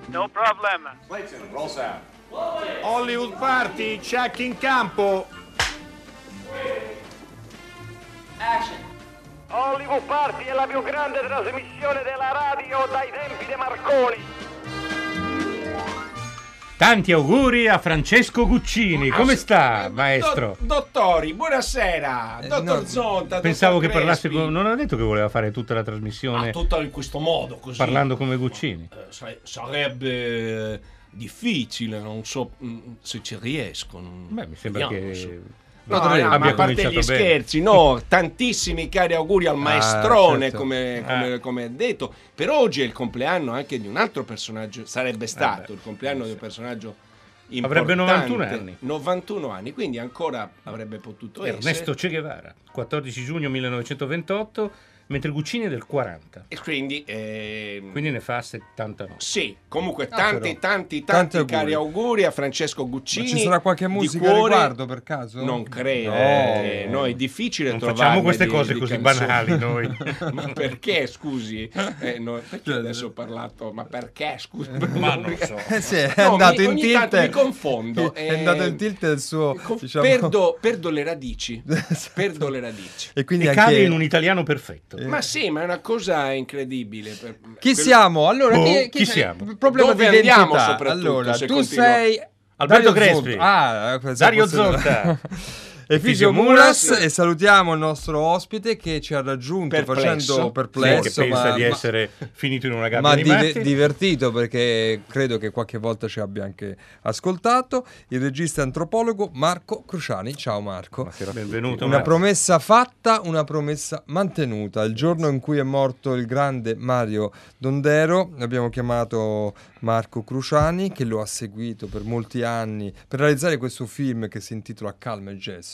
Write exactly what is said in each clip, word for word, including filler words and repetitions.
No problem. Clayton, roll sound. Hollywood Party, check in campo. Action. Hollywood Party è la più grande trasmissione della radio dai tempi di Marconi. Tanti auguri a Francesco Guccini. Come sta, Eh, maestro? do- dottori, buonasera. Eh, Dottor no, Zonta. Pensavo dottor che parlasse Crespi. con... Non ha detto che voleva fare tutta la trasmissione Ah, tutto in questo modo, così. parlando come Guccini. Eh, sa- sarebbe difficile, non so mm, se ci riesco. non- Beh, mi sembra vediamo, che... so. No, no, abbia ma a parte cominciato gli bene. scherzi, no, tantissimi cari auguri al maestrone, certo. come, come, Eh. come detto. Per oggi è il compleanno anche di un altro personaggio, sarebbe stato beh, il compleanno di un personaggio importante. Avrebbe novantuno anni. novantuno anni, quindi ancora avrebbe potuto essere. Ernesto Che Guevara, quattordici giugno millenovecentoventotto, mentre Guccini è del quaranta. E quindi, ehm, Quindi ne fa settantanove. sì, comunque Ah, tanti, però. tanti, tanti, Tanti auguri. cari auguri a Francesco Ma Guccini. ci sarà qualche di musica a cuore. riguardo per caso? Non credo, No. perché no, è difficile Non trovare facciamo queste cose così banali noi. Ma perché, scusi? Eh, no, perché Cioè, adesso ho parlato, ma perché, scusi? Ma non so. Eh sì, è No, andato mi- in ogni tilt. tanto mi confondo. È eh, andato in tilt del suo, con- diciamo... perdo, perdo le radici. Esatto. Perdo le radici. E quindi E anche... cade in un italiano perfetto. Eh. Ma sì, ma è una cosa incredibile. Per- Chi quello- siamo? Allora, Boh, chi, chi siamo? Problema Dove di andiamo, identità. soprattutto, Allora, se tu continua? sei Alberto Dario Crespi. Zonta. Ah, questo Dario forse- Zonta. Efisio Efisio Mulas, Mulas. e salutiamo il nostro ospite che ci ha raggiunto Perplesso. facendo Sì, perplesso, che pensa ma, di ma- essere finito in una gabbia ma di dive- matti. divertito, perché credo che qualche volta ci abbia anche ascoltato. Il regista e antropologo Marco Cruciani. Ciao Marco. Buonasera, benvenuto. Una Marco. promessa fatta, una promessa mantenuta. Il giorno in cui è morto il grande Mario Dondero, abbiamo chiamato Marco Cruciani, che lo ha seguito per molti anni per realizzare questo film che si intitola Calma e Gesso.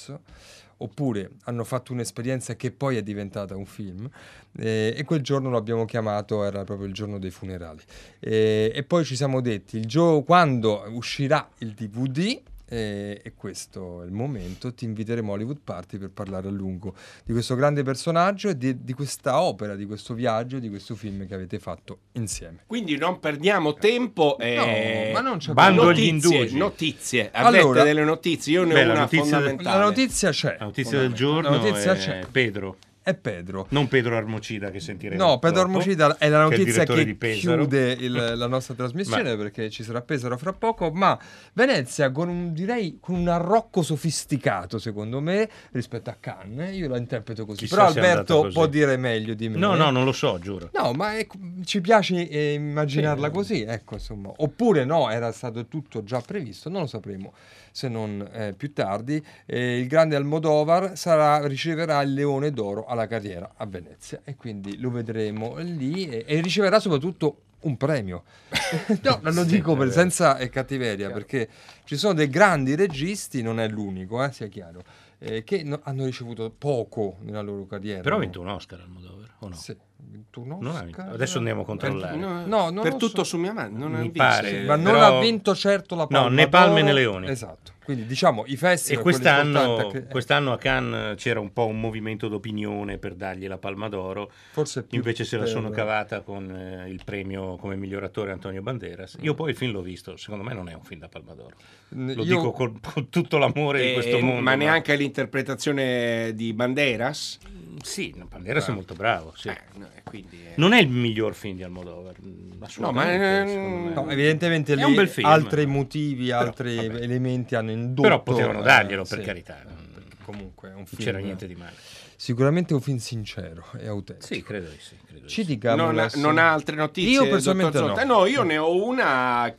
Oppure hanno fatto un'esperienza che poi è diventata un film, eh, e quel giorno lo abbiamo chiamato, era proprio il giorno dei funerali. Eh, e poi ci siamo detti, il gio- quando uscirà il D V D, eh, e questo è il momento, ti inviteremo a Hollywood Party per parlare a lungo di questo grande personaggio e di, di questa opera, di questo viaggio, di questo film che avete fatto insieme. Quindi non perdiamo tempo. eh, No, ma non c'è Bando problema. agli notizie, indugi. notizie. Avete Allora- delle notizie? Io ne Beh, ho la una notizia- fondamentale. La notizia c'è, La notizia del giorno La notizia è c'è. Pedro. è Pedro. Non Pedro Armocida che sentiremo. No, Pedro dopo, Armocida è la che è il notizia direttore che, di Pesaro. chiude il- la nostra trasmissione, perché ci sarà Pesaro fra poco, ma Venezia con un, direi, con un arrocco sofisticato, secondo me, rispetto a Cannes, io la interpreto così. Chissà Però se è andata Alberto così. può dire meglio di me. No, no, non lo so, giuro. No, ma è- ci piace eh, immaginarla Sì. così, ecco, insomma. Oppure no, era stato tutto già previsto, non lo sapremo se non eh, più tardi. Eh, il grande Almodovar sarà, riceverà il Leone d'Oro alla carriera a Venezia, e quindi lo vedremo lì, e, e riceverà soprattutto un premio. No, non lo Sì, dico è per, vero. senza eh, cattiveria, perché ci sono dei grandi registi, non è l'unico, eh, sia chiaro, eh, che no- hanno ricevuto poco nella loro carriera. Però ha no? vinto un Oscar Almodovar, o no? Sì, ha vinto un Non ha vinto. Oscar. Adesso andiamo a controllare. No, No, non per lo tutto so. su mia mano. Non Mi ha visto. pare. Ma non Però- ha vinto certo la Palma No, né Palme d'Oro. né Leoni. Esatto. Quindi diciamo i E festival quelli quest'anno, importanti, che- eh, quest'anno a Cannes c'era un po' un movimento d'opinione per dargli la Palma d'Oro, forse più invece se la per- sono cavata con eh, il premio come miglior attore Antonio Banderas. Io poi il film l'ho visto, secondo me non è un film da Palma d'Oro. Lo Io- dico con, con tutto l'amore di Eh, questo mondo. ma neanche l'interpretazione di Banderas. Sì, no, Banderas è molto bravo, sì. Eh, no, e quindi, eh, Non è il miglior film di Almodovar, mm, assolutamente, No, ma, eh, secondo me. No, evidentemente È lì un bel film. altri motivi, altri vabbè. elementi hanno indotto. Però potevano eh, darglielo, per sì, carità. perché comunque è un Non film. c'era niente di male. Sicuramente un film sincero e autentico. Sì, credo di sì. Credo di Ci sì. dica non, ha, Mulas. non ha altre notizie? Io personalmente dottor Zonta? no. No, io ne ho una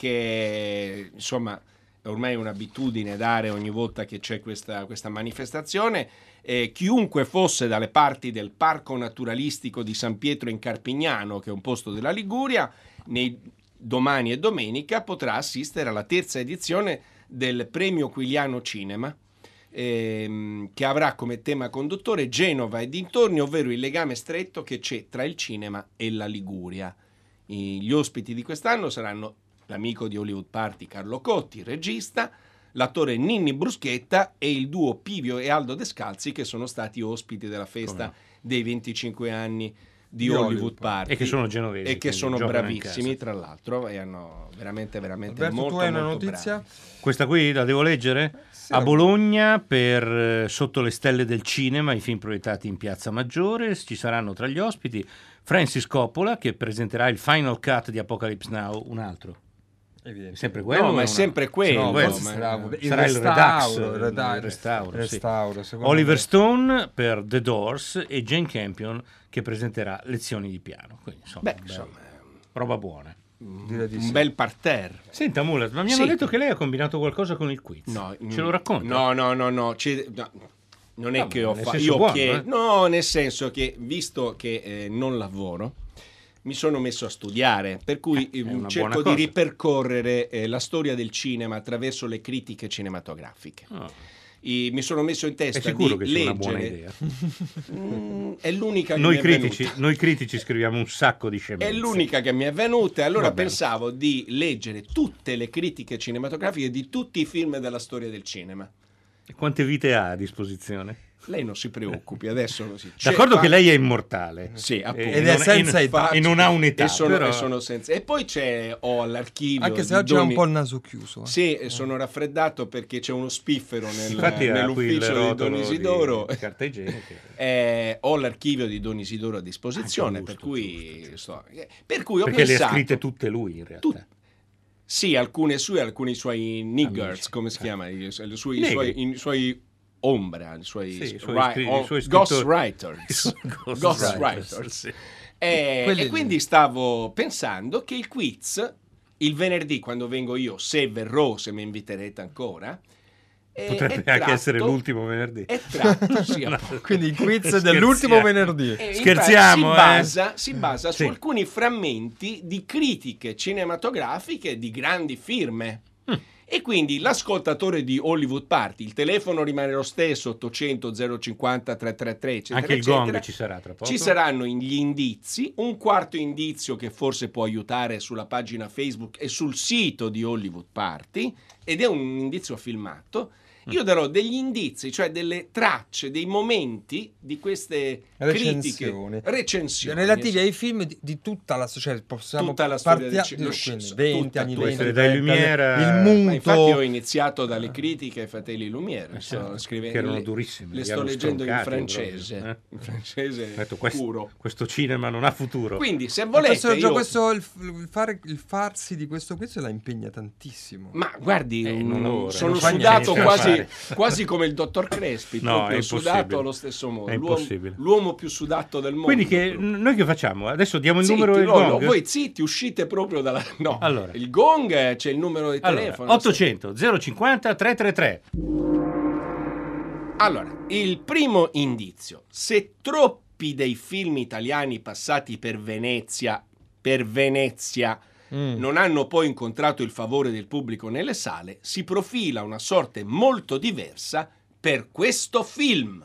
che insomma è ormai un'abitudine dare ogni volta che c'è questa, questa manifestazione. Eh, chiunque fosse dalle parti del Parco Naturalistico di San Pietro in Carpignano, che è un posto della Liguria, nei domani e domenica potrà assistere alla terza edizione del Premio Quiliano Cinema, ehm, che avrà come tema conduttore Genova e dintorni, ovvero il legame stretto che c'è tra il cinema e la Liguria. I- Gli ospiti di quest'anno saranno l'amico di Hollywood Party Carlo Cotti, regista, l'attore Ninni Bruschetta e il duo Pivio e Aldo Descalzi, che sono stati ospiti della festa Come no. dei venticinque anni di Di Hollywood Hollywood Party E che sono genovesi, e che quindi sono giocano in bravissimi casa. tra l'altro e hanno veramente veramente Alberto, molto tu hai una molto notizia? bravi. Questa qui la devo leggere? Sì, A la- Bologna, per eh, Sotto le stelle del cinema, i film proiettati in Piazza Maggiore, ci saranno tra gli ospiti Francis Coppola, che presenterà il final cut di Apocalypse Now, un altro. Evidente. È sempre quello? No, o ma è una- sempre quello, No, quello, forse ma- sarà, il sarà il restauro, Redux, il reda- il restauro, il sì. restauro, secondo Oliver me. Stone per The Doors e Jane Campion che presenterà lezioni di piano. Quindi, insomma, Beh, bello. insomma, roba buona. Direi di un sì. bel parterre. Senta Mulas, ma mi hanno Sì. detto che lei ha combinato qualcosa con il quiz. No, Ce lo racconta? No, no, no, no, ci- no, non è No, che ma ho nel fatto. senso Io buono, che eh. no, nel senso che visto che eh, non lavoro, mi sono messo a studiare, per cui Eh, è eh, una cerco buona di cosa. ripercorrere eh, la storia del cinema attraverso le critiche cinematografiche. Ah. I- mi sono messo in È testa sicuro di che sia una leggere. buona idea? Mm, è l'unica che Noi mi è critici, venuta. noi critici scriviamo un sacco di scemenze. È l'unica che mi è venuta e allora Va bene. pensavo di leggere tutte le critiche cinematografiche di tutti i film della storia del cinema. Quante vite ha a disposizione? Lei non si preoccupi, adesso così. D'accordo C'è- che lei è immortale. Sì, appunto. E Ed è non- senza e- età. E non ha un'età. e sono, però- e sono senza. E poi c'è ho all'archivio Anche se di oggi ha un Doni- po' il naso chiuso. eh. Sì, sono raffreddato perché c'è uno spiffero nel, Infatti ha qui il nell'ufficio di Don rotolo Isidoro. di carta igienica. Eh, ho l'archivio di Don Isidoro a disposizione, Ah, giusto, per, cui, giusto, sto- eh, per cui ho Perché le ha pensato scritte tutte lui in realtà. Tut- sì, alcune sue, alcuni suoi niggerts, Amici. come si Ah. chiama? I, i suoi, i Negri. suoi, i suoi ombra, i suoi, Sì, i suoi ri- scri- i o- suoi scrittori- ghostwriters. I suoi ghostwriters, Ghostwriters. sì. E, Quelli e lì. quindi stavo pensando che il quiz, il venerdì, quando vengo io, se verrò, se mi inviterete ancora, è- Potrebbe è anche tratto- essere l'ultimo venerdì. È tratto, sì, appunto. Quindi il quiz Scherziamo. dell'ultimo venerdì. E infatti Scherziamo, si eh. basa, si basa Sì. su alcuni frammenti di critiche cinematografiche di grandi firme. Mm. E quindi l'ascoltatore di Hollywood Party, il telefono rimane lo stesso, ottocento zero cinquanta trecentotrentatré, eccetera, Anche il eccetera. gong ci sarà tra poco. Ci saranno gli indizi, un quarto indizio che forse può aiutare sulla pagina Facebook e sul sito di Hollywood Party, ed è un indizio filmato. Io darò degli indizi, cioè delle tracce, dei momenti di queste Recensioni. critiche, recensioni Relativi ai film di, di tutta la società, possiamo Tutta la storia del partia- cinema. quindi Tutta, venti anni può venti, essere dai trenta, Lumière, il eh, Ma muto. infatti ho iniziato dalle critiche ai fratelli Lumière, Eh, sto certo, scrivendo- che erano le- durissime, Le li sto hanno leggendo in stroncati francese, proprio, eh. in francese Ho detto, questo, puro. questo cinema non ha futuro. Quindi se Ma volete questo, già io- questo- il, il fare, il farsi di questo quiz la impegna tantissimo. Ma guardi, Eh, mm, non lavora, sono non fa sudato niente da quasi, fare. quasi come il dottor Crespi, No, proprio è sudato impossibile. allo stesso modo. È L'uomo, impossibile. l'uomo più sudato del mondo. Quindi che, proprio. noi che facciamo? Adesso diamo il Zitti, numero del no, no, gong? voi zitti, uscite proprio dalla... No, Allora. il gong eh, c'è il numero di Allora, telefono. ottocento zero cinquanta trecentotrentatré. Allora, il primo indizio. Se troppi dei film italiani passati per Venezia, per Venezia, Mm. non hanno poi incontrato il favore del pubblico nelle sale, si profila una sorte molto diversa per questo film.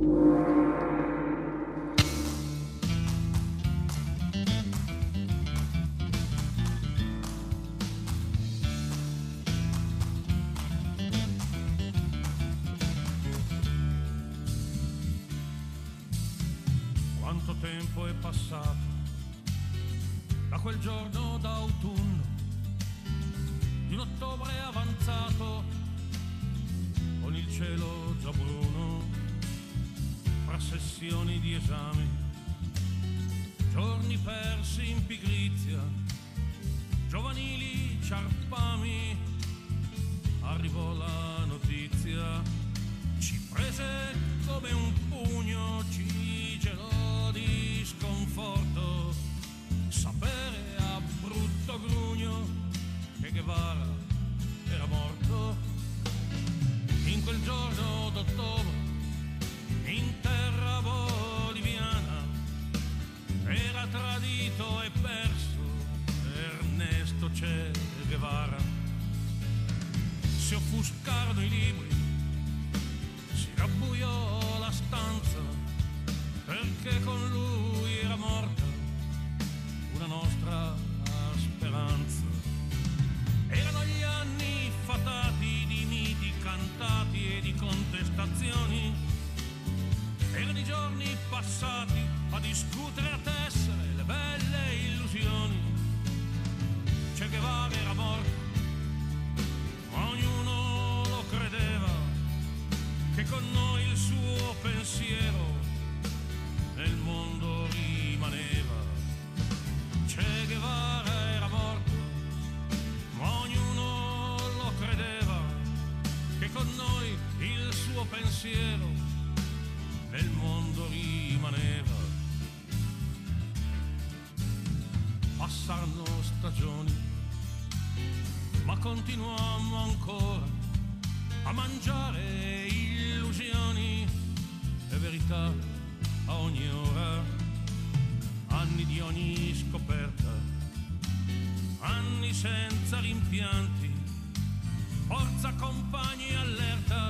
Quanto tempo è passato da quel giorno d'autunno di un ottobre avanzato con il cielo già bruno fra sessioni di esami, giorni persi in pigrizia, giovanili ciarpami. Arrivò la notizia, ci prese come un pugno, ci gelò di sconforto, sapere a brutto grugno che Guevara era morto. In quel giorno d'ottobre, in terra boliviana, era tradito e perso Ernesto Che Guevara. Si offuscarono i libri, si rabbuiò la stanza, perché con lui era morta una nostra speranza. Erano gli anni fatati di miti cantati e di contestazioni, erano i giorni passati a discutere a testa continuammo ancora a mangiare illusioni e verità a ogni ora, anni di ogni scoperta, anni senza rimpianti, forza compagni allerta,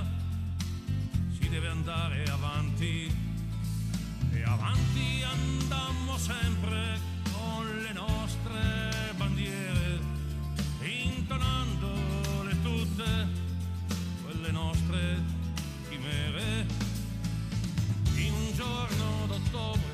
si deve andare avanti e avanti andammo sempre con le nostre bandiere, intonandole tutte quelle nostre chimere. In un giorno d'ottobre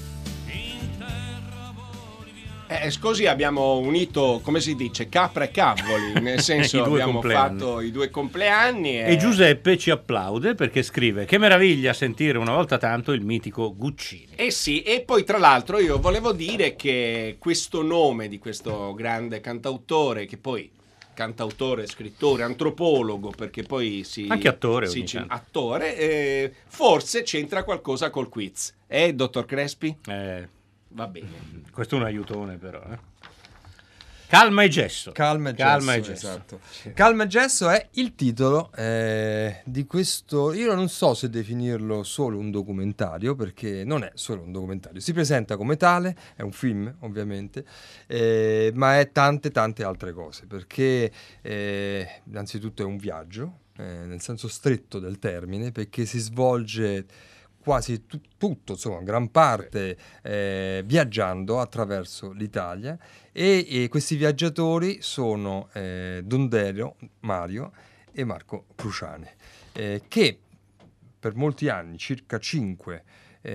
in terra boliviana. Eh, così abbiamo unito, come si dice, capra e cavoli, nel senso I due abbiamo compleanni. fatto i due compleanni e... E Giuseppe ci applaude perché scrive: che meraviglia sentire una volta tanto il mitico Guccini. Eh sì, e poi tra l'altro io volevo dire che questo nome di questo grande cantautore, che poi cantautore, scrittore, antropologo, perché poi si... Anche attore si ogni ci- tanto. attore, eh, forse c'entra qualcosa col quiz. Eh, dottor Crespi? Eh, Va bene. questo è un aiutone però. eh. Calma e gesso. Calma e Calma gesso, e gesso. esatto. Calma e gesso è il titolo eh, di questo. Io non so se definirlo solo un documentario, perché non è solo un documentario. Si presenta come tale, è un film ovviamente, eh, ma è tante tante altre cose, perché eh, innanzitutto è un viaggio, eh, nel senso stretto del termine, perché si svolge quasi tu- tutto, insomma, gran parte eh, viaggiando attraverso l'Italia e, e questi viaggiatori sono eh, Dondero, Mario e Marco Cruciani, eh, che per molti anni, circa cinque,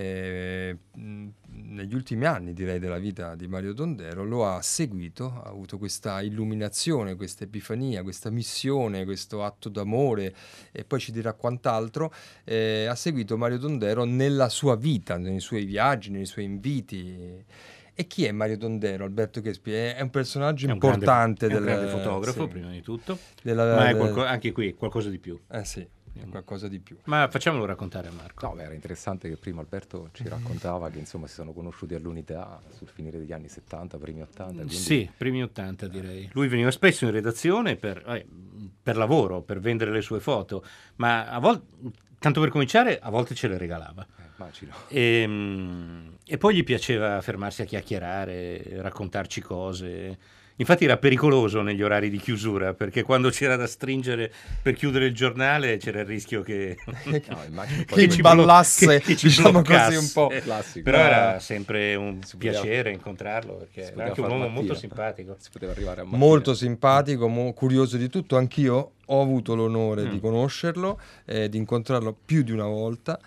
eh, mh, negli ultimi anni direi della vita di Mario Dondero, lo ha seguito, ha avuto questa illuminazione, questa epifania, questa missione, questo atto d'amore, e poi ci dirà quant'altro. Eh, ha seguito Mario Dondero nella sua vita, nei suoi viaggi, nei suoi inviti. E chi è Mario Dondero? Alberto Crespi è è un personaggio È un importante grande, è un del grande fotografo, sì, prima di tutto, della- ma è del- qualco- anche qui qualcosa di più. eh sì, è qualcosa di più. Ma facciamolo raccontare a Marco. No, beh, era interessante che prima Alberto ci raccontava che insomma si sono conosciuti all'unità sul finire degli anni settanta, primi ottanta. Quindi... Sì, primi ottanta direi. Lui veniva spesso in redazione per, eh, per lavoro, per vendere le sue foto, ma a volte, tanto per cominciare, a volte ce le regalava. Eh, immagino. E, mm, e poi gli piaceva fermarsi a chiacchierare, raccontarci cose. Infatti era pericoloso negli orari di chiusura, perché quando c'era da stringere per chiudere il giornale c'era il rischio che, No, immagino Che poi ci imballasse, blo- che ci diciamo così, bloccasse. un po'. Classico. Però No, era no. sempre un Si poteva- piacere incontrarlo, perché si era poteva anche un far uomo mattina. molto simpatico. Si poteva arrivare a mattina. Molto simpatico, mo- curioso di tutto. Anch'io ho avuto l'onore Mm. di conoscerlo, eh, di incontrarlo più di una volta,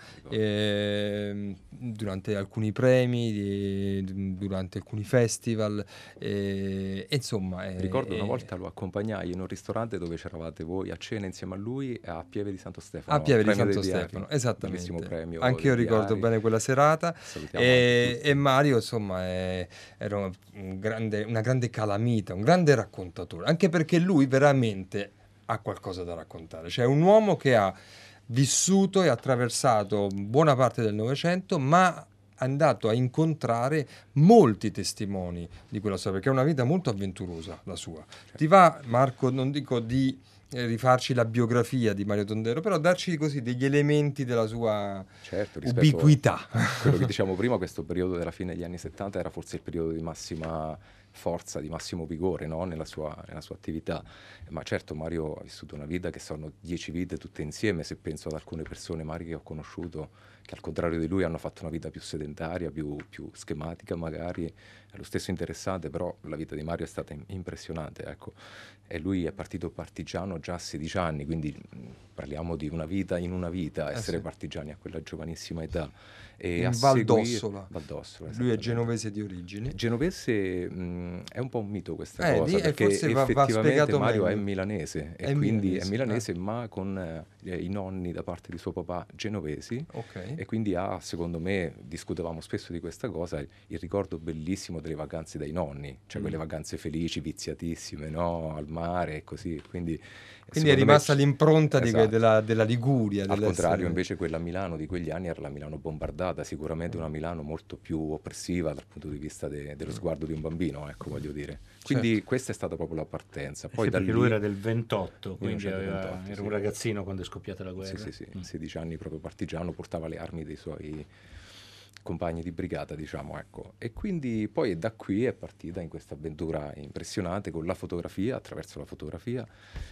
ehm, durante alcuni premi, di- durante alcuni festival, eh, e insomma... eh, Ricordo una eh, volta lo accompagnai in un ristorante dove c'eravate voi a cena insieme a lui a Pieve di Santo Stefano. A Pieve di premio Santo dei diari. Stefano, Bellissimo esattamente. premio. Anche io dei ricordo diari. bene quella serata. Salutiamo E, anche tutti. e Mario, insomma, è- era un- un grande- una grande calamita, un grande raccontatore, anche perché lui veramente ha qualcosa da raccontare. Cioè, è un uomo che ha vissuto e attraversato buona parte del Novecento, ma è andato a incontrare molti testimoni di quella storia, perché è una vita molto avventurosa la sua. Ti va, Marco, non dico di eh, rifarci la biografia di Mario Dondero, però darci così degli elementi della sua Certo, rispetto ubiquità. a quello che diciamo prima, questo periodo della fine degli anni settanta era forse il periodo di massima forza, di massimo vigore, no? nella, sua, nella sua attività. Ma certo Mario ha vissuto una vita che sono dieci vite tutte insieme, se penso ad alcune persone Mario che ho conosciuto che al contrario di lui hanno fatto una vita più sedentaria, più, più schematica magari, è lo stesso interessante, però la vita di Mario è stata im- impressionante, ecco. E lui è partito partigiano già a sedici anni, quindi mh, parliamo di una vita in una vita, Eh essere sì. partigiani a quella giovanissima età. E In a Val seguire- d'Ossola. Val d'Ossola, Lui è esattamente. genovese di origini. Genovese mh, è un po' un mito questa Eh, cosa, di- eh, perché forse va- va effettivamente spiegato Mario meglio. è milanese, È e quindi milanese, è milanese eh. ma con eh, i nonni da parte di suo papà genovesi, Ok. e quindi ha, secondo me, discutevamo spesso di questa cosa, il ricordo bellissimo delle vacanze dai nonni, cioè Mm. quelle vacanze felici, viziatissime, no? Al mare e così, quindi... Quindi è secondo me rimasta c- l'impronta di que- Esatto. della, della Liguria. Al dell'essere- contrario, invece, quella Milano di quegli anni era la Milano bombardata, sicuramente una Milano molto più oppressiva dal punto di vista de- dello sguardo di un bambino, ecco, voglio dire. Quindi questa è stata proprio la partenza. Poi Sì, da perché lì, lui era del ventotto, quindi aveva- millenovecentoventotto, era sì. un ragazzino quando è scoppiata la guerra. Sì, sì, sì, Mm. sedici anni proprio partigiano, portava le armi dei suoi compagni di brigata, diciamo, ecco. E quindi poi da qui è partita in questa avventura impressionante con la fotografia, attraverso la fotografia,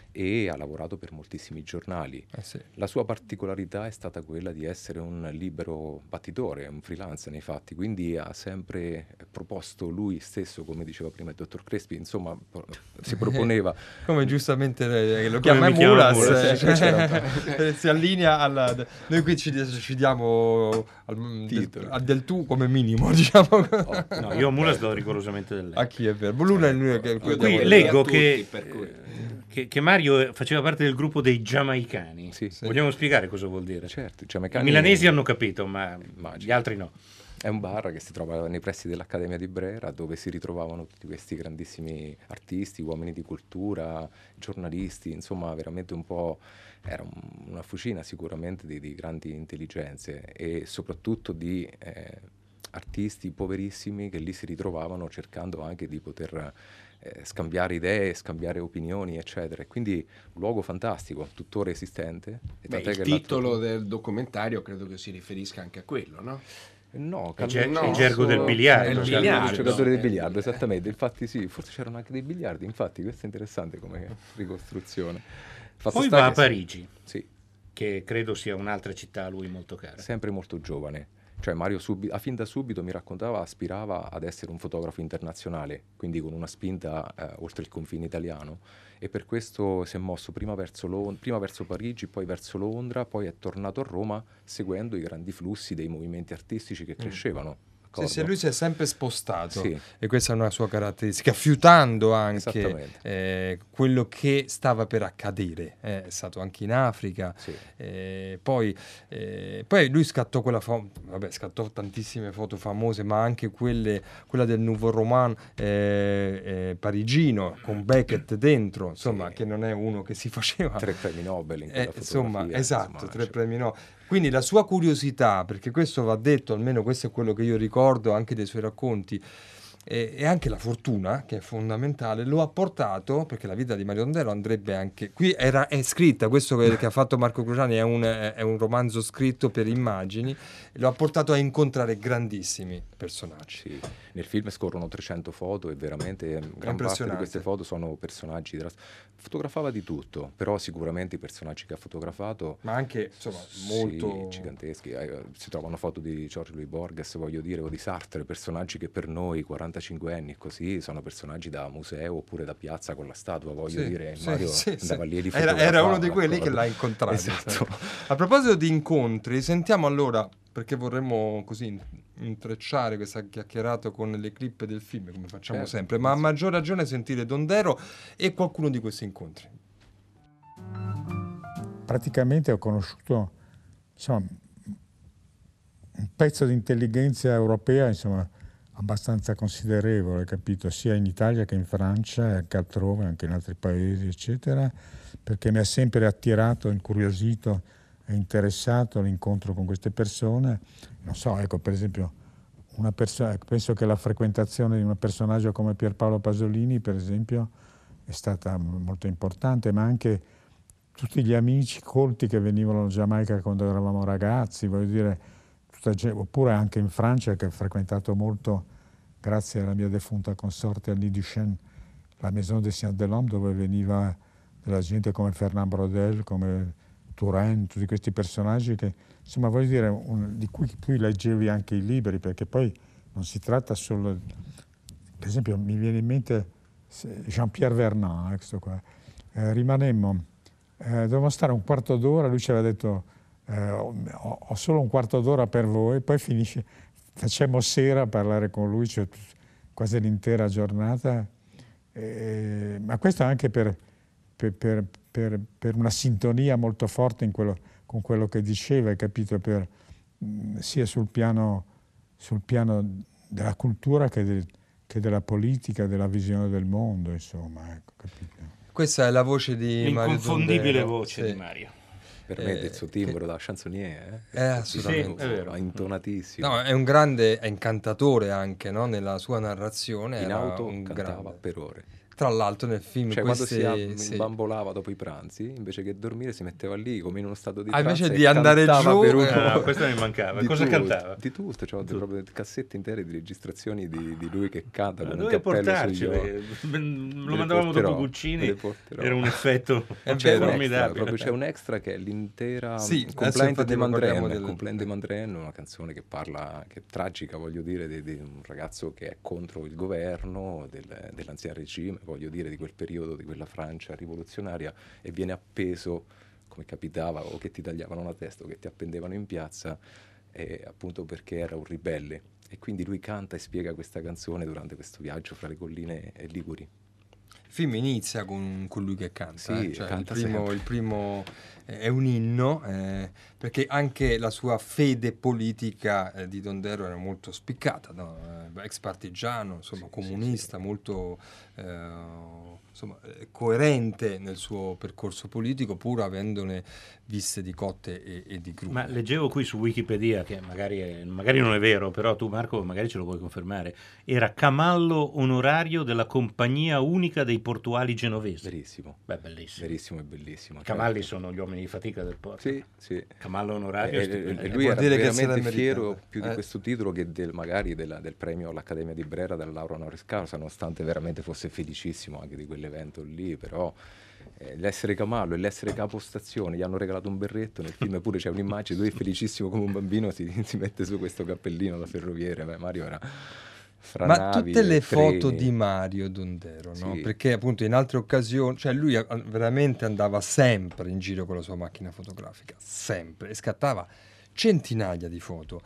e ha lavorato per moltissimi giornali. Eh sì. La sua particolarità è stata quella di essere un libero battitore, un freelance nei fatti, quindi ha sempre proposto lui stesso, come diceva prima il dottor Crespi, insomma, pro- si proponeva Come giustamente eh, lo Come chiama mi chiama Mulas, Mulas, eh, sì, c'era eh, si allinea alla... Noi qui ci, ci diamo al, del, Titolo. al del tu come minimo, diciamo. Oh, No, io a Mulas do rigorosamente del lei. A chi è vero? Luna è lui che... Io Qui devo leggo a tutti, che, per cui- che, che Mario faceva parte del gruppo dei giamaicani. Sì, sì. Vogliamo spiegare cosa vuol dire? certo, cioè, I Meccani- milanesi hanno capito, ma Immagino. gli altri no. È un bar che si trova nei pressi dell'Accademia di Brera, dove si ritrovavano tutti questi grandissimi artisti, uomini di cultura, giornalisti, insomma veramente un po', era un- una fucina sicuramente di, di grandi intelligenze e soprattutto di eh, artisti poverissimi che lì si ritrovavano cercando anche di poter eh, scambiare idee, scambiare opinioni, eccetera. E quindi un luogo fantastico, tuttora esistente. E Beh, tant'è il che l'altro- titolo del documentario credo che si riferisca anche a quello, no? No, Il ge- no, il gergo del so- biliardo. è il Il gergo biliardo. del giocatore del Eh. biliardo, esattamente. Infatti sì, forse c'erano anche dei biliardi, infatti questo è interessante come ricostruzione. Fatto Poi sta va a che sì, Parigi, sì, che credo sia un'altra città a lui molto cara. sempre molto giovane. Cioè Mario subi- a fin da subito mi raccontava, aspirava ad essere un fotografo internazionale, quindi con una spinta eh, oltre il confine italiano, e per questo si è mosso prima verso, Lond- prima verso Parigi, poi verso Londra, poi è tornato a Roma seguendo i grandi flussi dei movimenti artistici che crescevano. Sì, d'accordo? sì, lui si è sempre spostato Sì. e questa è una sua caratteristica, fiutando anche Esattamente. eh, quello che stava per accadere. Eh, è stato anche in Africa, Sì. eh, poi, eh, poi lui scattò quella foto, vabbè, scattò tantissime foto famose, ma anche quelle, quella del Nouveau Roman eh, eh, parigino con Beckett dentro, insomma, Sì. che non è uno che si faceva. Tre premi Nobel in Eh, quella insomma, fotografia, esatto, insomma, tre cioè- premi no. Quindi la sua curiosità, perché questo va detto, almeno questo è quello che io ricordo anche dei suoi racconti, e, e anche la fortuna, che è fondamentale, lo ha portato, perché la vita di Mario Dondero andrebbe anche... Qui era, è scritta, questo che, che ha fatto Marco Cruciani è un, è un romanzo scritto per immagini, lo ha portato a incontrare grandissimi personaggi. Sì, nel film scorrono trecento foto e veramente gran parte di Impressionante. queste foto sono personaggi della... Fotografava di tutto, però sicuramente i personaggi che ha fotografato Ma anche, insomma, sì, molto... giganteschi. Eh, si trovano foto di George Louis Borges, voglio dire, o di Sartre, personaggi che per noi quarantacinque anni così sono personaggi da museo oppure da piazza con la statua, voglio Sì, dire, sì, Mario sì, andava sì. lì e li Era, era fotografava, uno di quelli che d'accordo? l'ha incontrato. Esatto. sai. A proposito di incontri, sentiamo allora, perché vorremmo così in- intrecciare questa chiacchierata con le clip del film, come facciamo Certo, sempre, ma a sì. maggior ragione sentire Dondero e qualcuno di questi incontri. Praticamente ho conosciuto insomma, un pezzo di intelligenza europea insomma, abbastanza considerevole, capito? Sia in Italia che in Francia, e anche altrove, anche in altri paesi, eccetera, perché mi ha sempre attirato, incuriosito e interessato l'incontro con queste persone. Non so, ecco, per esempio, una persona, penso che la frequentazione di un personaggio come Pierpaolo Pasolini, per esempio, è stata molto importante, ma anche tutti gli amici colti che venivano in Giamaica quando eravamo ragazzi, voglio dire, tutta gente, oppure anche in Francia che ho frequentato molto, grazie alla mia defunta consorte Annie Duchesne, la Maison des Sciences de l'Homme, dove veniva della gente come Fernand Braudel, come Turenne, tutti questi personaggi che, insomma, voglio dire, un, di cui tu leggevi anche i libri, perché poi non si tratta solo... Per esempio, mi viene in mente Jean-Pierre Vernant, questo qua. Eh, rimanemmo... Eh, dovevamo stare un quarto d'ora, lui ci aveva detto eh, ho, ho solo un quarto d'ora per voi, poi finisce, facciamo sera a parlare con lui, cioè quasi l'intera giornata, eh, ma questo anche per, per, per, per, per una sintonia molto forte in quello, con quello che diceva, hai capito, per, mh, sia sul piano, sul piano della cultura che, del, che della politica, della visione del mondo, insomma, ecco, capito? Questa è la voce di Mario L'inconfondibile Dondero. voce Sì. di Mario. Per me Eh, del suo timbro da chansonnier, eh? Eh, assolutamente. Sì, è vero. Intonatissimo. No, è un grande, è incantatore anche, no? Nella sua narrazione. In era auto un cantava grande. per ore. Tra l'altro nel film Cioè, questi, quando si sì. imbambolava dopo i pranzi, invece che dormire si metteva lì come in uno stato di Ah, invece trance di e andare cantava giù, per eh, un'ora. Ah, questa mi mancava. Di Cosa tutto, cantava? Di tutto, c'ho dei proprio cassette intere di registrazioni di, di lui che canta con un Dove cappello portarci? sugli occhi. Perché Lo Le mandavamo porterò, dopo Guccini, le porterò. era un effetto È C'è vero. un extra, formidabile. proprio c'è un extra che è l'intera Sì, adesso Complaint infatti di parliamo Mandren, del- Complaint di Mandren, una canzone che parla, che è tragica, voglio dire, di, di un ragazzo che è contro il governo del, dell'anziano regime, voglio dire, di quel periodo, di quella Francia rivoluzionaria, e viene appeso, come capitava, o che ti tagliavano la testa o che ti appendevano in piazza, eh, appunto perché era un ribelle. E quindi lui canta e spiega questa canzone durante questo viaggio fra le colline e liguri. Il film inizia con, con lui che canta, Sì, eh, cioè canta il, primo, sempre. il primo eh, è un inno, eh, perché anche la sua fede politica eh, di Dondero era molto spiccata, no? Eh, ex partigiano, insomma, Sì, comunista, sì, sì. molto eh, insomma, eh, coerente nel suo percorso politico, pur avendone viste di cotte e, e di crude. Ma leggevo qui su Wikipedia, che magari, è- magari non è vero, però tu Marco magari ce lo puoi confermare, era camallo onorario della Compagnia Unica dei Portuali Genovesi. Verissimo, Beh, bellissimo. verissimo e bellissimo. I cavalli certo. sono gli uomini di fatica del porto. Sì, sì. Camallo onorario. E, è stupendo. e lui Vuol era dire che se l'è veramente fiero meritata. più di Eh. questo titolo che del, magari della- del premio all'Accademia di Brera della laurea honoris causa, nonostante veramente fosse felicissimo anche di quell'evento lì, però eh, l'essere camallo e l'essere capostazione, gli hanno regalato un berretto, nel film pure c'è un'immagine, lui è felicissimo come un bambino, si, si mette su questo cappellino da ferroviere. Beh, Mario era fra Ma navi tutte le e foto treni. di Mario Dondero, no? Sì. Perché appunto in altre occasioni, cioè lui a- veramente andava sempre in giro con la sua macchina fotografica, sempre, e scattava centinaia di foto.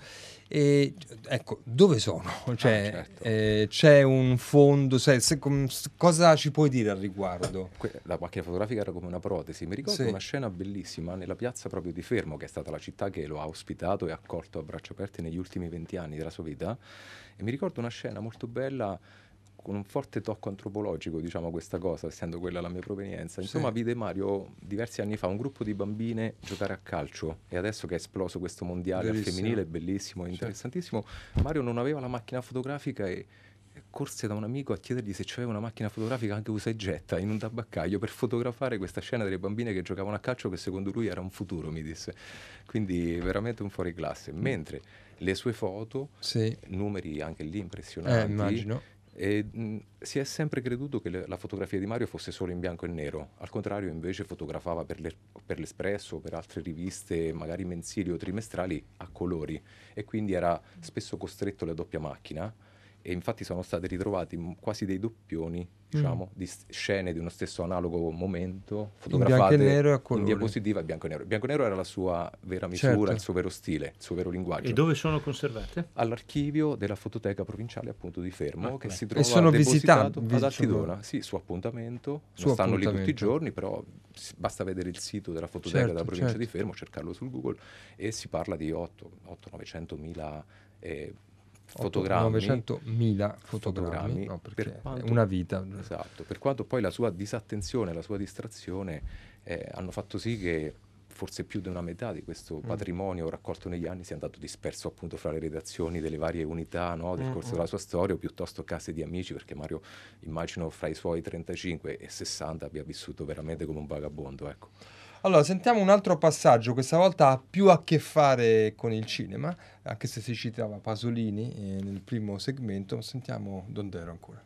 E ecco, dove sono? Cioè, certo. eh, c'è un fondo, sai, se- com- s- cosa ci puoi dire al riguardo? Que- La macchina fotografica era come una protesi. Mi ricordo Sì. una scena bellissima nella piazza proprio di Fermo, che è stata la città che lo ha ospitato e accolto a braccia aperte negli ultimi venti anni della sua vita. E mi ricordo una scena molto bella con un forte tocco antropologico, diciamo, questa cosa, essendo quella la mia provenienza. Insomma, Sì. vide Mario diversi anni fa un gruppo di bambine giocare a calcio, e adesso che è esploso questo mondiale al Verissimo. femminile, bellissimo, interessantissimo, Mario non aveva la macchina fotografica e e corse da un amico a chiedergli se c'aveva una macchina fotografica anche usa e getta in un tabaccaio per fotografare questa scena delle bambine che giocavano a calcio, che secondo lui era un futuro, mi disse. Quindi veramente un fuoriclasse. Mentre le sue foto, Sì, numeri anche lì eh, impressionanti, immagino. e, mh, si è sempre creduto che le- la fotografia di Mario fosse solo in bianco e nero. Al contrario, invece, fotografava per, le- per l'Espresso o per altre riviste, magari mensili o trimestrali, a colori, e quindi era spesso costretto alla doppia macchina. E infatti sono stati ritrovati mh, quasi dei doppioni, diciamo, di s- scene di uno stesso analogo momento, fotografate bianco e nero e a in colori. diapositiva e bianco e nero. Il bianco e nero era la sua vera misura, Certo. il suo vero stile, il suo vero linguaggio. E dove sono conservate? All'archivio della fototeca provinciale, appunto, di Fermo, Ah, che beh. si E trova sono depositato visitabili, ad Altidona, diciamo. sì, su appuntamento. Su Non stanno lì tutti i appuntamento. giorni, però s- basta vedere il sito della fototeca Certo, della provincia certo. di Fermo, cercarlo sul Google, e si parla di otto novecento mila eh, fotogrammi. novecentomila fotogrammi, fotogrammi, no, perché per quanto- è una vita. Esatto, per quanto poi la sua disattenzione, la sua distrazione eh, hanno fatto sì che forse più di una metà di questo Mm. patrimonio raccolto negli anni sia andato disperso appunto fra le redazioni delle varie unità, no, del Mm, corso mm. della sua storia, o piuttosto case di amici, perché Mario, immagino, fra i suoi trentacinque e sessanta abbia vissuto veramente come un vagabondo, ecco. Allora, sentiamo un altro passaggio, questa volta ha più a che fare con il cinema, anche se si citava Pasolini eh, nel primo segmento. Sentiamo Dondero ancora.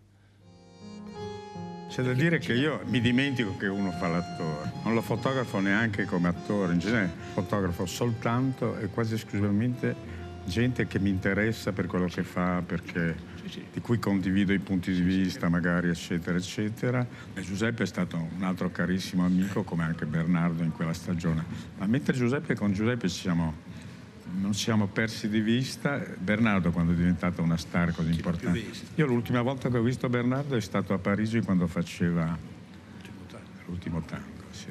C'è da dire che io mi dimentico che uno fa l'attore, non lo fotografo neanche come attore, in genere fotografo soltanto e quasi esclusivamente gente che mi interessa per quello che fa, perché di cui condivido i punti di vista, magari, eccetera, eccetera. E Giuseppe è stato un altro carissimo amico, come anche Bernardo in quella stagione. Ma mentre Giuseppe, con Giuseppe ci siamo, non ci siamo persi di vista, Bernardo, quando è diventato una star così importante. Io l'ultima volta che ho visto Bernardo è stato a Parigi quando faceva l'ultimo tango, sì.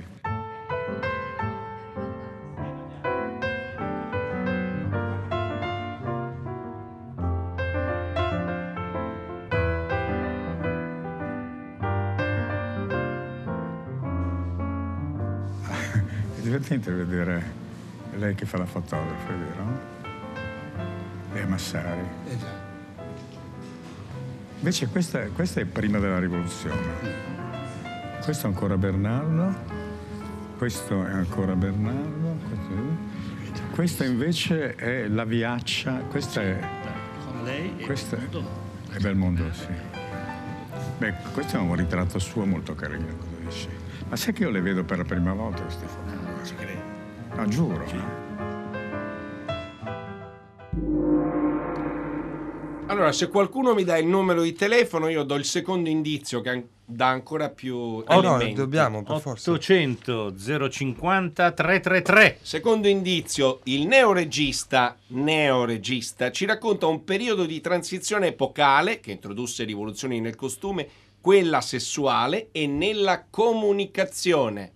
divertente vedere lei che fa la fotografa, è vero? Lei è Massari. Esatto. Invece questa, questa è prima della rivoluzione. Questo è ancora Bernardo, questo è ancora Bernardo, questo, è... questa invece è la Viaccia, questa è... Con lei e questa Belmondo. è Belmondo, sì. Beh, questo è un ritratto suo molto carino, cosa dici? Ma sai che io le vedo per la prima volta queste foto? Non ci credo. No, giuro. Sì. Allora, se qualcuno mi dà il numero di telefono, io do il secondo indizio che an- dà ancora più Oh elementi. no, dobbiamo per forza. ottocento zero cinquanta trecentotrentatré. Secondo indizio, il neoregista, neoregista ci racconta un periodo di transizione epocale che introdusse rivoluzioni nel costume, quella sessuale e nella comunicazione.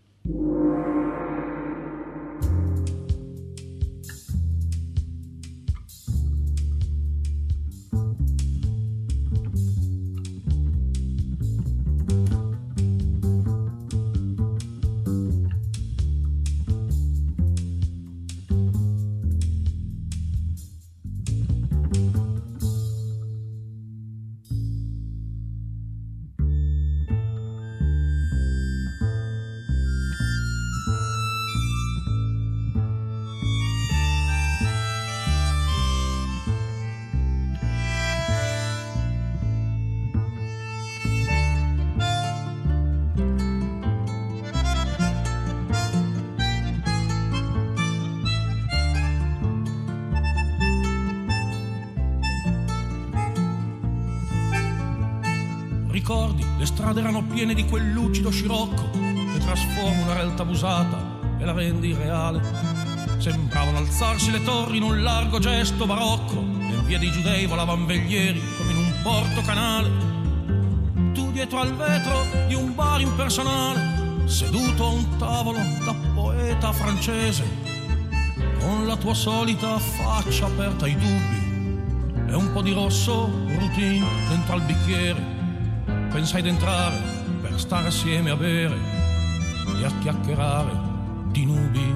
Ricordi, le strade erano piene di quel lucido scirocco che trasforma una realtà abusata e la rende irreale. Sembravano alzarsi le torri in un largo gesto barocco e in via dei Giudei volavano veglieri come in un porto canale. Tu dietro al vetro di un bar impersonale, seduto a un tavolo da poeta francese, con la tua solita faccia aperta ai dubbi e un po' di rosso routine dentro al bicchiere. Pensai d'entrare per stare assieme a bere e a chiacchierare di nubi.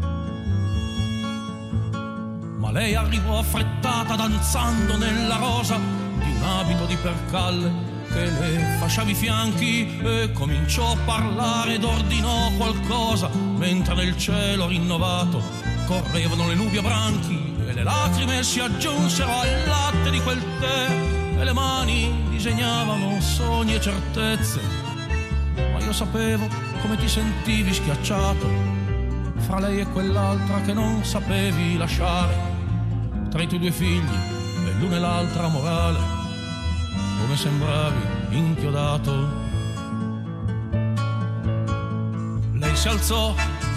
Ma lei arrivò affrettata danzando nella rosa di un abito di percalle che le fasciava i fianchi e cominciò a parlare ed ordinò qualcosa mentre nel cielo rinnovato correvano le nubi a branchi e le lacrime si aggiunsero al latte di quel tè e le mani disegnavano sogni e certezze, ma io sapevo come ti sentivi schiacciato fra lei e quell'altra che non sapevi lasciare, tra i tuoi due figli e l'una e l'altra morale, come sembravi inchiodato. Lei si alzò.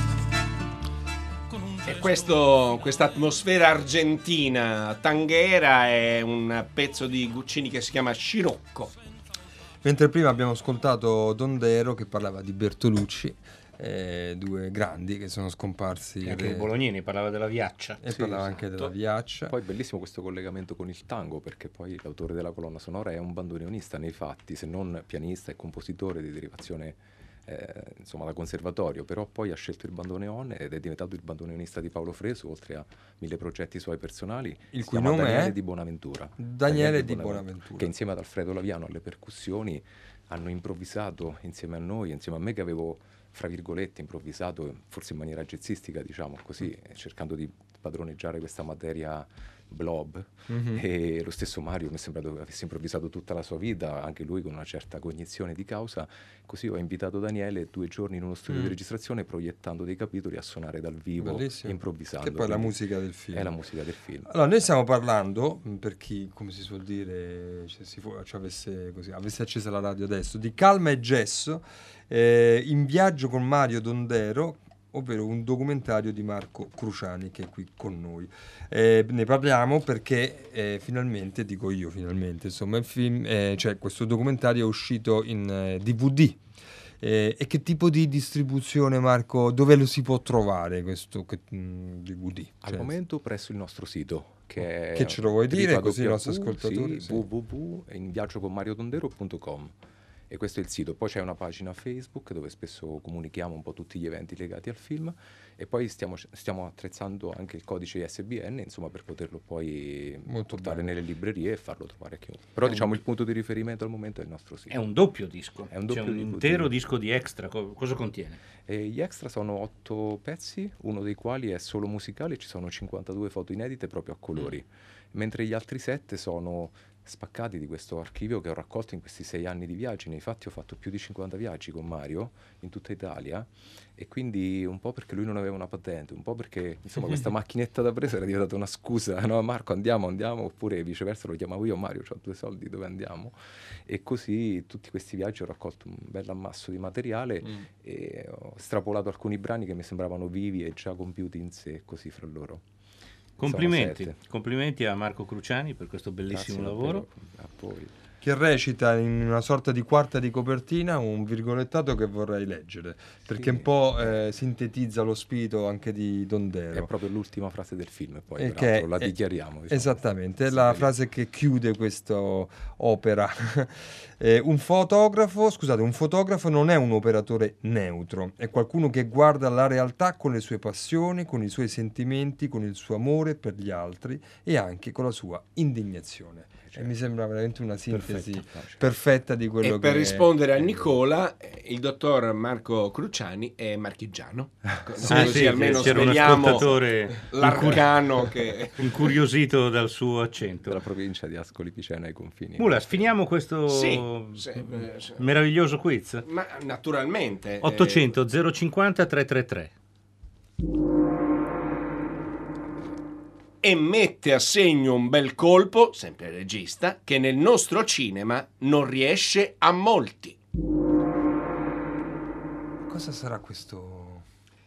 E questo, questa atmosfera argentina tanghera è un pezzo di Guccini che si chiama Scirocco. Mentre prima abbiamo ascoltato Dondero che parlava di Bertolucci, eh, due grandi che sono scomparsi. E anche re... il Bolognini parlava della Viaccia. E Sì, parlava esatto. anche della Viaccia. Poi bellissimo questo collegamento con il tango, perché poi l'autore della colonna sonora è un bandoneonista nei fatti, se non pianista e compositore di derivazione eh, insomma da conservatorio, però poi ha scelto il bandoneon ed è diventato il bandoneonista di Paolo Fresu, oltre a mille progetti suoi personali. Il Si cui chiama nome Daniele è? Di Bonaventura. Daniele Di Bonaventura. Che insieme ad Alfredo Laviano alle percussioni hanno improvvisato insieme a noi, insieme a me che avevo fra virgolette improvvisato forse in maniera jazzistica, diciamo così, cercando di padroneggiare questa materia blob. Mm-hmm. E lo stesso Mario mi è sembrato che avesse improvvisato tutta la sua vita, anche lui con una certa cognizione di causa. Così ho invitato Daniele due giorni in uno studio mm. di registrazione, proiettando dei capitoli a suonare dal vivo. Bellissimo. Improvvisando. Che poi è la musica del film. È la musica del film. Allora, noi stiamo parlando, per chi, come si suol dire, cioè, si fu, cioè avesse, così, avesse accesa la radio adesso, di Calma e Gesso, eh, in viaggio con Mario Dondero, ovvero un documentario di Marco Cruciani che è qui con noi. Eh, ne parliamo perché eh, finalmente, dico io finalmente, insomma il film, eh, cioè questo documentario è uscito in eh, D V D. Eh, e che tipo di distribuzione, Marco? Dove lo si può trovare questo che, mh, D V D? Al cioè, momento presso il nostro sito. Che, che ce lo vuoi dire così i nostri w w w ascoltatori? Sì. w w w punto in viaggio con mario dondero punto com. E questo è il sito. Poi c'è una pagina Facebook dove spesso comunichiamo un po' tutti gli eventi legati al film, e poi stiamo, stiamo attrezzando anche il codice I S B N, insomma, per poterlo poi Molto portare bello. nelle librerie e farlo trovare a chiunque. Però diciamo il punto di riferimento al momento è il nostro sito. È un doppio disco, È un c'è doppio un di- intero di- disco di extra. Co- cosa contiene? E gli extra sono otto pezzi, uno dei quali è solo musicale, ci sono cinquantadue foto inedite proprio a colori, mentre gli altri sette sono spaccati di questo archivio che ho raccolto in questi sei anni di viaggi. Nei fatti ho fatto più di cinquanta viaggi con Mario in tutta Italia, e quindi un po' perché lui non aveva una patente, un po' perché insomma questa macchinetta da presa era diventata una scusa, no Marco andiamo, andiamo, oppure viceversa lo chiamavo io, Mario c'ho due soldi, dove andiamo? E così tutti questi viaggi ho raccolto un bel ammasso di materiale Mm. e ho strapolato alcuni brani che mi sembravano vivi e già compiuti in sé, così fra loro. Complimenti, Sono sette. complimenti a Marco Cruciani per questo bellissimo Grazie lavoro. davvero a voi. Che recita in una sorta di quarta di copertina un virgolettato che vorrei leggere, perché Sì. un po' eh, sintetizza lo spirito anche di È Dondero. proprio l'ultima frase del film, poi E peraltro, che la è- dichiariamo. diciamo. Esattamente, è Sì, la vedi. frase che chiude questa opera. Eh, un fotografo, scusate, un fotografo non è un operatore neutro, è qualcuno che guarda la realtà con le sue passioni, con i suoi sentimenti, con il suo amore per gli altri e anche con la sua indignazione. E mi sembra veramente una sintesi Perfetto. No, certo. perfetta di quello E per che rispondere a è- Nicola, eh, il dottor Marco Cruciani è marchigiano. Così Ah, sì, almeno c'era un sveliamo ascoltatore l'arcano che... incuriosito dal suo accento. Della provincia di Ascoli Piceno ai confini. Mulas, finiamo questo Sì, sì, eh, sì. meraviglioso quiz. Ma naturalmente... eh, ottocento zero cinquanta trecentotrentatré. e mette a segno un bel colpo, sempre il regista, che nel nostro cinema non riesce a molti. Cosa sarà questo?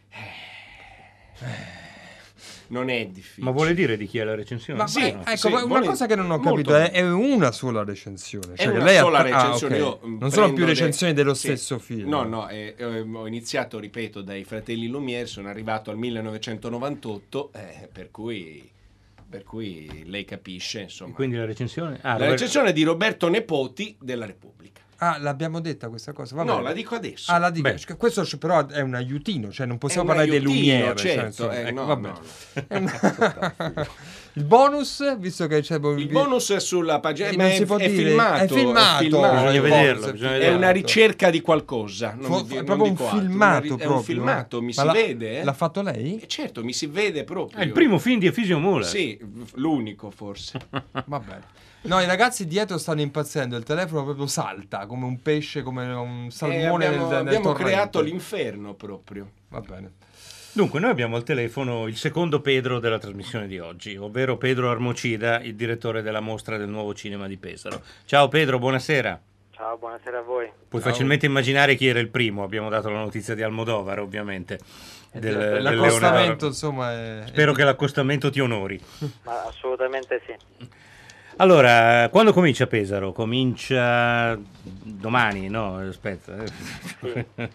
Non è difficile. Ma vuole dire di chi è la recensione? Ma, Sì, ma- No. ecco, sì, ma una vuole- cosa che non ho molto capito è, bene. è una sola recensione. Cioè che una lei ha- sola ah, recensione. ok. Io, mm, non sono più prendo recensioni dei- dello sì. stesso film. No, no, eh, eh, ho iniziato, ripeto, dai Fratelli Lumière, sono arrivato al millenovecentonovantotto, eh, per cui per cui lei capisce, insomma. Quindi la recensione? Ah, la Robert- recensione è di Roberto Nepoti della Repubblica. Ah, l'abbiamo detta questa cosa? Va No, bene. la dico adesso. Ah, la dico. Beh. Questo c- però è un aiutino, cioè non possiamo È un parlare dei aiutino, Lumière. cioè, certo, insomma, eh, ecco, no, vabbè. no, È un- Il bonus, visto che c'è Il bonus è sulla pagina, Eh, ma non è, si può è dire. filmato, È filmato. Bisogna il vederlo, bonus, bisogna È vederlo. una ricerca di qualcosa. Non Fo- vi- è non proprio un dico altro, filmato una ri- proprio. È un filmato, mi Ma si l'ha- vede? eh? L'ha fatto lei? Eh, certo, mi si vede proprio. È il primo film di Efisio Mulas. Sì, l'unico forse. Va bene. No, i ragazzi dietro stanno impazzendo, il telefono proprio salta come un pesce, come un Eh, salmone abbiamo nel, nel abbiamo torrente. creato l'inferno proprio. Va bene. Dunque, noi abbiamo al telefono il secondo Pedro della trasmissione di oggi, ovvero Pedro Armocida, il direttore della mostra del nuovo cinema di Pesaro. Ciao Pedro, buonasera. Ciao, buonasera a voi. Puoi Ciao. facilmente immaginare chi era il primo, abbiamo dato la notizia di Almodovar, ovviamente. Del, del L'accostamento, Leonardo. insomma, è... Spero che l'accostamento ti onori. Ma assolutamente sì. Allora, quando comincia Pesaro? Comincia domani, no? Aspetta. eh.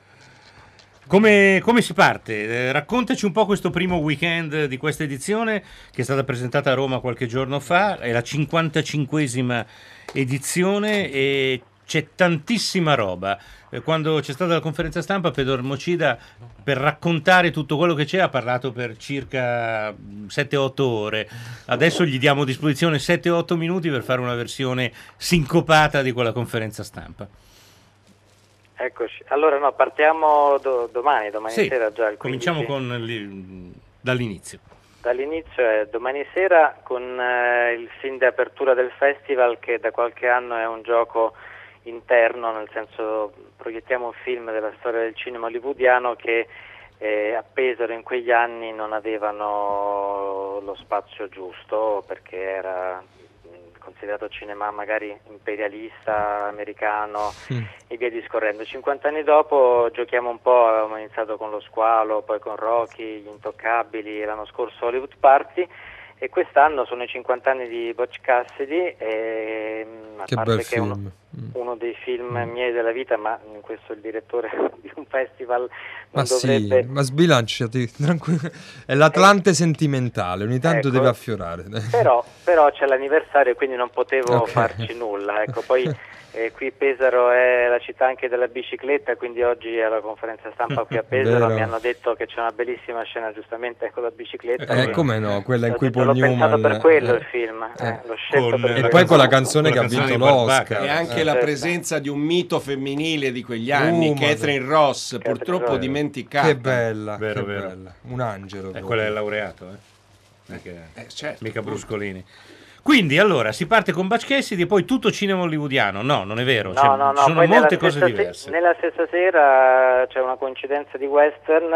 Come, come si parte? Eh, raccontaci un po' questo primo weekend di questa edizione che è stata presentata a Roma qualche giorno fa, è la cinquantacinquesima edizione e c'è tantissima roba. Eh, Quando c'è stata la conferenza stampa, Pedro Armocida, per raccontare tutto quello che c'è, ha parlato per circa sette otto ore. Adesso gli diamo a disposizione sette otto minuti per fare una versione sincopata di quella conferenza stampa. Eccoci. Allora no, partiamo do- domani, domani Sì, sera già il cominciamo quindici. con li- dall'inizio. Dall'inizio è domani sera con eh, il film di apertura del festival, che da qualche anno è un gioco interno, nel senso proiettiamo un film della storia del cinema hollywoodiano che eh, a Pesaro in quegli anni non avevano lo spazio giusto perché era mh, considerato cinema magari imperialista, americano Mm. e via discorrendo. cinquanta anni dopo giochiamo un po', abbiamo iniziato con Lo Squalo, poi con Rocky, Gli Intoccabili, l'anno scorso Hollywood Party e quest'anno sono i cinquanta anni di Butch Cassidy e, mh, a Che parte bel che è uno, film. uno dei film miei della vita, ma in questo il direttore di un festival non Ma dovrebbe... sì, ma sbilanciati, tranquillo. È l'Atlante sentimentale, ogni tanto Ecco, deve affiorare. Però, però c'è l'anniversario, quindi non potevo Ok. farci nulla. Ecco, poi eh, qui Pesaro è la città anche della bicicletta, quindi oggi alla conferenza stampa qui a Pesaro Vero. mi hanno detto che c'è una bellissima scena giustamente con la bicicletta. Eh, che- come no, quella in l'ho cui detto, Paul l'ho pensato Newman... per quello eh, il film, eh, eh. l'ho scelto Con per la E quello. poi con la canzone- canzone con che la ha vinto canzone di Barbacca. l'Oscar. E anche Eh. la certo. presenza di un mito femminile di quegli anni, Uh, Catherine Ross, Catherine purtroppo Ross. dimenticata. Che bella, Vero, che vero. bella. Un angelo. E proprio. quello è il laureato, eh? Perché- Eh, certo, mica appunto. Bruscolini. Quindi allora si parte con Butch Cassidy e poi tutto cinema hollywoodiano. No, non è vero, No, c'è- no, no, ci sono poi molte nella cose stessa se- diverse. nella stessa sera c'è una coincidenza di western,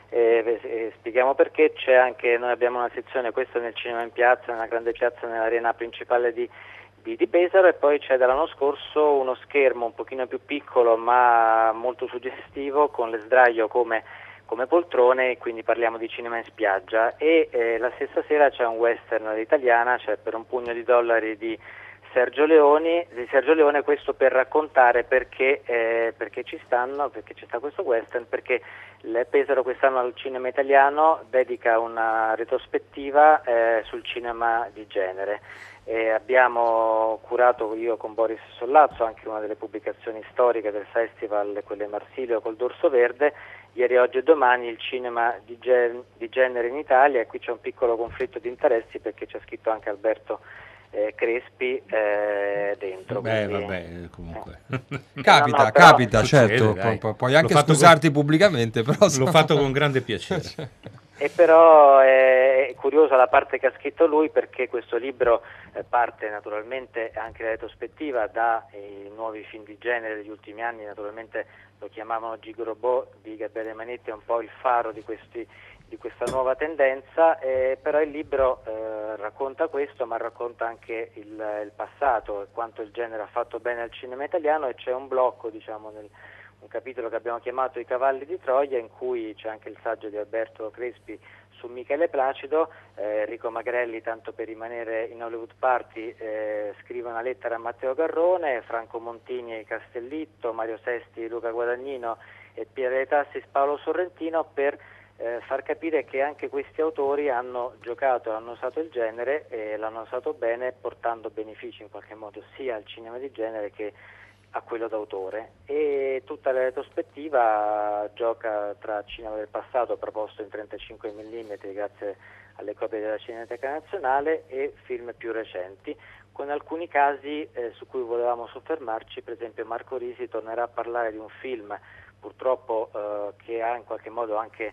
e, e spieghiamo perché. C'è anche, noi abbiamo una sezione, questo nel cinema in piazza, nella grande piazza, nell'arena principale di, di, di Pesaro, e poi c'è dall'anno scorso uno schermo un pochino più piccolo ma molto suggestivo con le sdraio come come poltrone, quindi parliamo di cinema in spiaggia. E eh, la stessa sera c'è un western all'italiana, cioè Per un pugno di dollari di Sergio Leoni, di Sergio Leone, questo per raccontare perché, eh, perché ci stanno, perché ci sta questo western, perché il Pesaro quest'anno al cinema italiano dedica una retrospettiva eh, sul cinema di genere. E abbiamo curato io con Boris Sollazzo anche una delle pubblicazioni storiche del festival, quelle Marsilio col dorso verde, ieri, oggi e domani il cinema di, gen- di genere in Italia, e qui c'è un piccolo conflitto di interessi perché c'è scritto anche Alberto eh, Crespi eh, dentro. Beh, quindi- vabbè, comunque. Capita, No, no, però- capita, Succede, certo. dai. Pu- pu- puoi L'ho anche fatto scusarti pubblicamente, però... L'ho fatto con grande piacere. E però è curiosa la parte che ha scritto lui, perché questo libro eh, parte naturalmente anche la retrospettiva dai nuovi film di genere degli ultimi anni, naturalmente lo chiamavano Gigobò di Gabriele Manetti, è un po' il faro di, questi, di questa nuova tendenza, eh, però il libro eh, racconta questo, ma racconta anche il, il passato e quanto il genere ha fatto bene al cinema italiano, e c'è un blocco, diciamo, nel un capitolo che abbiamo chiamato I cavalli di Troia, in cui c'è anche il saggio di Alberto Crespi su Michele Placido. eh, Enrico Magrelli, tanto per rimanere in Hollywood Party, eh, scrive una lettera a Matteo Garrone, Franco Montini e Castellitto, Mario Sesti, Luca Guadagnino e Pierre Tassis, Paolo Sorrentino, per eh, far capire che anche questi autori hanno giocato, hanno usato il genere e l'hanno usato bene, portando benefici in qualche modo sia al cinema di genere che a quello d'autore. E tutta la retrospettiva gioca tra cinema del passato proposto in trentacinque millimetri grazie alle copie della Cineteca Nazionale e film più recenti, con alcuni casi eh, su cui volevamo soffermarci. Per esempio Marco Risi tornerà a parlare di un film purtroppo eh, che ha in qualche modo anche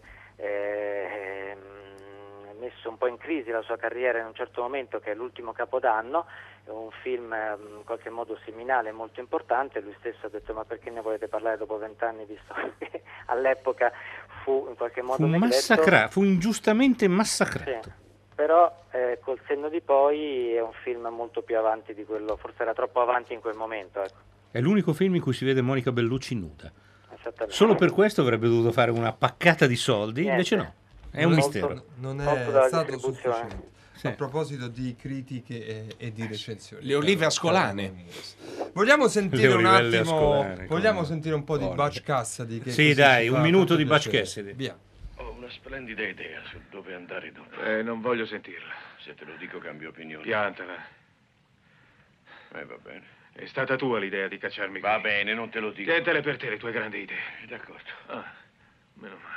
eh, messo un po' in crisi la sua carriera in un certo momento, che è L'ultimo Capodanno. È un film eh, in qualche modo seminale, molto importante. Lui stesso ha detto: ma perché ne volete parlare dopo vent'anni, visto che all'epoca fu in qualche modo Fu negletto. massacrato, fu ingiustamente massacrato. Sì, però eh, col senno di poi è un film molto più avanti di quello, forse era troppo avanti in quel momento, ecco. È l'unico film in cui si vede Monica Bellucci nuda. Esattamente. Solo per questo avrebbe dovuto fare una paccata di soldi, Niente. invece no. È un Non- mistero. Non Molto è dalla stato distribuzione. sufficiente. Sì. A proposito di critiche e, e di recensioni. Le olive ascolane. Vogliamo sentire Le un olivelle attimo. ascolane, Vogliamo come- sentire un po' di Buone. Butch Cassidy? Che Sì, così dai, ci un fa minuto tanto di Butch piacere. Cassidy. Via. Ho una splendida idea su dove andare dopo. Eh, non voglio sentirla. Se te lo dico cambio opinione. Piantala. Eh, va bene. È stata tua l'idea di cacciarmi qui. Va bene, non te lo dico. Tientele per te le tue grandi idee. D'accordo. Ah, meno male.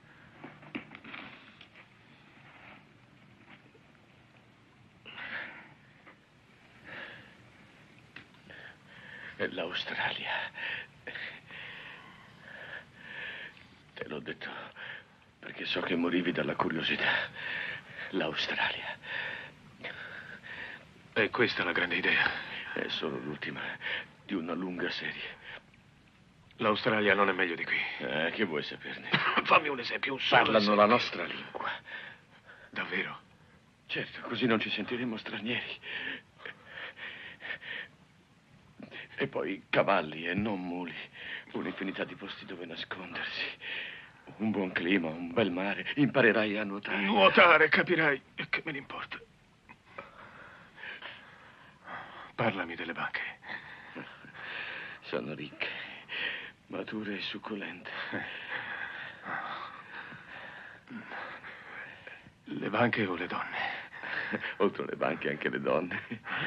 L'Australia. Te l'ho detto perché so che morivi dalla curiosità. L'Australia. È questa la grande idea. È solo l'ultima di una lunga serie. L'Australia non è meglio di qui. Eh, che vuoi saperne? Fammi un esempio, un solo Parlano esempio. la nostra lingua. Davvero? Certo, così non ci sentiremo stranieri. E poi cavalli e non muli. Un'infinità di posti dove nascondersi. Un buon clima, un bel mare. Imparerai a nuotare. Nuotare, capirai. E che me ne importa? Parlami delle vacche. Sono ricche, mature e succulente. Le banche o le donne? Oltre le banche anche le donne.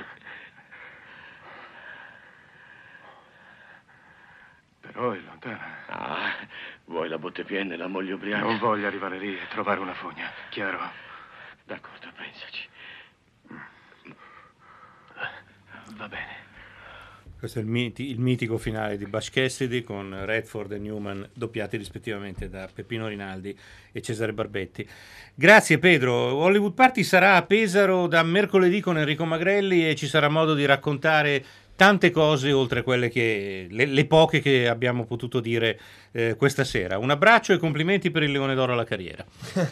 Però è lontana. Ah, vuoi la botte piena e la moglie ubriaca? Non voglio arrivare lì e trovare una fogna, chiaro? D'accordo, pensaci. Va bene. Questo è il, miti- il mitico finale di Butch Cassidy con Redford e Newman doppiati rispettivamente da Peppino Rinaldi e Cesare Barbetti. Grazie Pedro. Hollywood Party sarà a Pesaro da mercoledì con Enrico Magrelli e ci sarà modo di raccontare tante cose oltre quelle che le, le poche che abbiamo potuto dire eh, questa sera. Un abbraccio e complimenti per il Leone d'Oro alla carriera.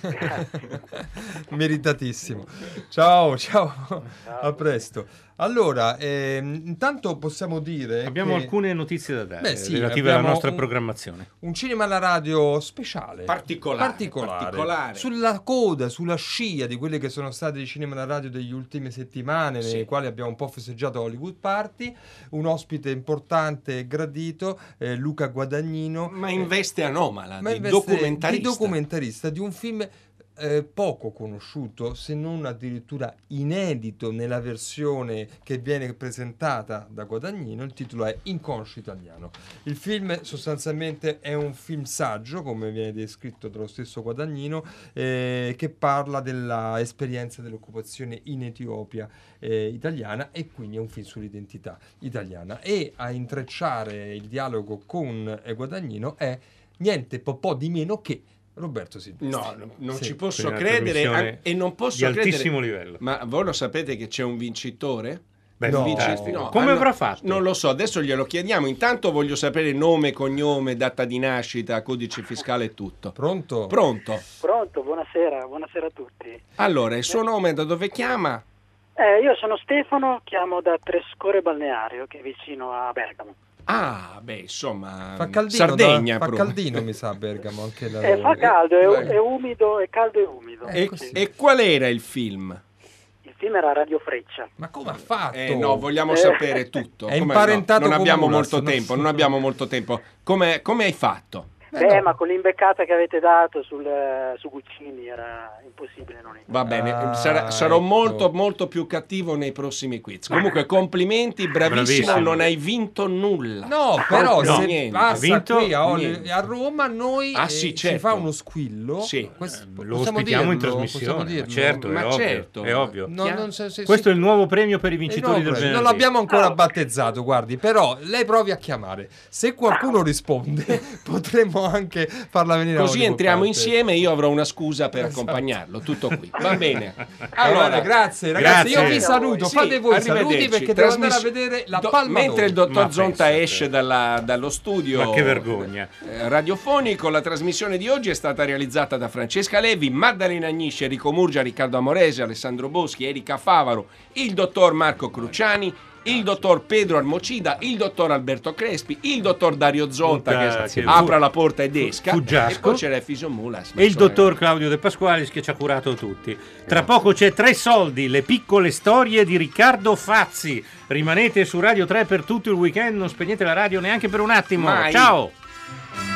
Meritatissimo. Ciao, ciao, a presto. Allora, ehm, intanto possiamo dire abbiamo che... alcune notizie da dare Beh, sì, relative alla nostra un, programmazione. Un cinema alla radio speciale, particolare, particolare, particolare, sulla coda, sulla scia di quelli che sono stati i cinema alla radio degli ultime settimane, sì, nei quali abbiamo un po' festeggiato Hollywood Party. Un ospite importante e gradito, eh, Luca Guadagnino, ma in veste anomala, ma di in veste documentarista. di documentarista di un film Eh, poco conosciuto, se non addirittura inedito nella versione che viene presentata da Guadagnino. Il titolo è Inconscio Italiano. Il film sostanzialmente è un film saggio, come viene descritto dallo stesso Guadagnino, eh, che parla della esperienza dell'occupazione in Etiopia eh, italiana, e quindi è un film sull'identità italiana. E a intrecciare il dialogo con eh, Guadagnino è niente po', po' di meno che Roberto Silvestri. No, no, non sì, ci posso credere an- e non posso di credere. altissimo livello. Ma voi lo sapete che c'è un vincitore? Beh, no. Vinci- no, come hanno- avrà fatto? Non lo so, adesso glielo chiediamo. Intanto voglio sapere nome, cognome, data di nascita, codice fiscale e tutto. Pronto? Pronto. Pronto, buonasera, buonasera a tutti. Allora, il suo nome da dove chiama? Eh, io sono Stefano, chiamo da Trescore Balneario, che è vicino a Bergamo. Ah, beh, insomma, Fa caldino, Sardegna. da, fa proprio. caldino mi sa a Bergamo anche la... Eh, fa caldo, è, Beh. è umido, è caldo e umido. E, Sì. e qual era il film? Il film era Radio Freccia. Ma come ha fatto? Eh, no, vogliamo Eh. sapere tutto. È Come- imparentato no, non con abbiamo Mulas, molto no? tempo, non abbiamo molto tempo. Come, come hai fatto? Beh, no. ma con l'imbeccata che avete dato sul, su Guccini era impossibile non imparare. Va bene, Ah, sarà- sarò ecco. molto molto più cattivo nei prossimi quiz. Comunque complimenti, bravissimo, Bravissimo. non hai vinto nulla. No, però No, se niente. passa Ha vinto qui a, Oli- niente. a Roma noi Ah, eh, sì, si certo. fa uno squillo. Sì. Questo- Eh, lo possiamo ospitiamo in dirlo? trasmissione, Possiamo ma dirlo? certo, Ma è ovvio, certo. è ovvio. No, non so se- Questo se- è il nuovo premio per i Eh, vincitori no, del venerdì. non l'abbiamo ancora battezzato, guardi, però lei provi a chiamare. Se qualcuno risponde, potremmo anche farla venire a Così Hollywood entriamo Party. insieme e io avrò una scusa per Esatto. accompagnarlo. Tutto qui. Va bene. Allora, Allora, grazie ragazzi, grazie. io vi saluto, Sì, fate voi i saluti arrivederci. perché devo andare a Trasmiss- vedere la Do- Palma mentre il d'Oro. dottor Ma Zonta pensate. esce dalla- dallo studio, Ma che vergogna. eh, radiofonico, la trasmissione di oggi è stata realizzata da Francesca Levi, Maddalena Agnisci, Enrico Murgia, Riccardo Amorese, Alessandro Boschi, Erika Favaro, il dottor Marco Cruciani, il dottor Pedro Armocida, il dottor Alberto Crespi, il dottor Dario Zonta Zonta, che che apra fu- la porta ed esca, Fuggiasco. e poi c'era Efisio Mulas. ma E il insomma, dottor Claudio De Pasqualis che ci ha curato tutti. Tra poco c'è Tre Soldi, le piccole storie di Riccardo Fazzi. Rimanete su Radio tre per tutto il weekend, non spegnete la radio neanche per un attimo. Mai. Ciao!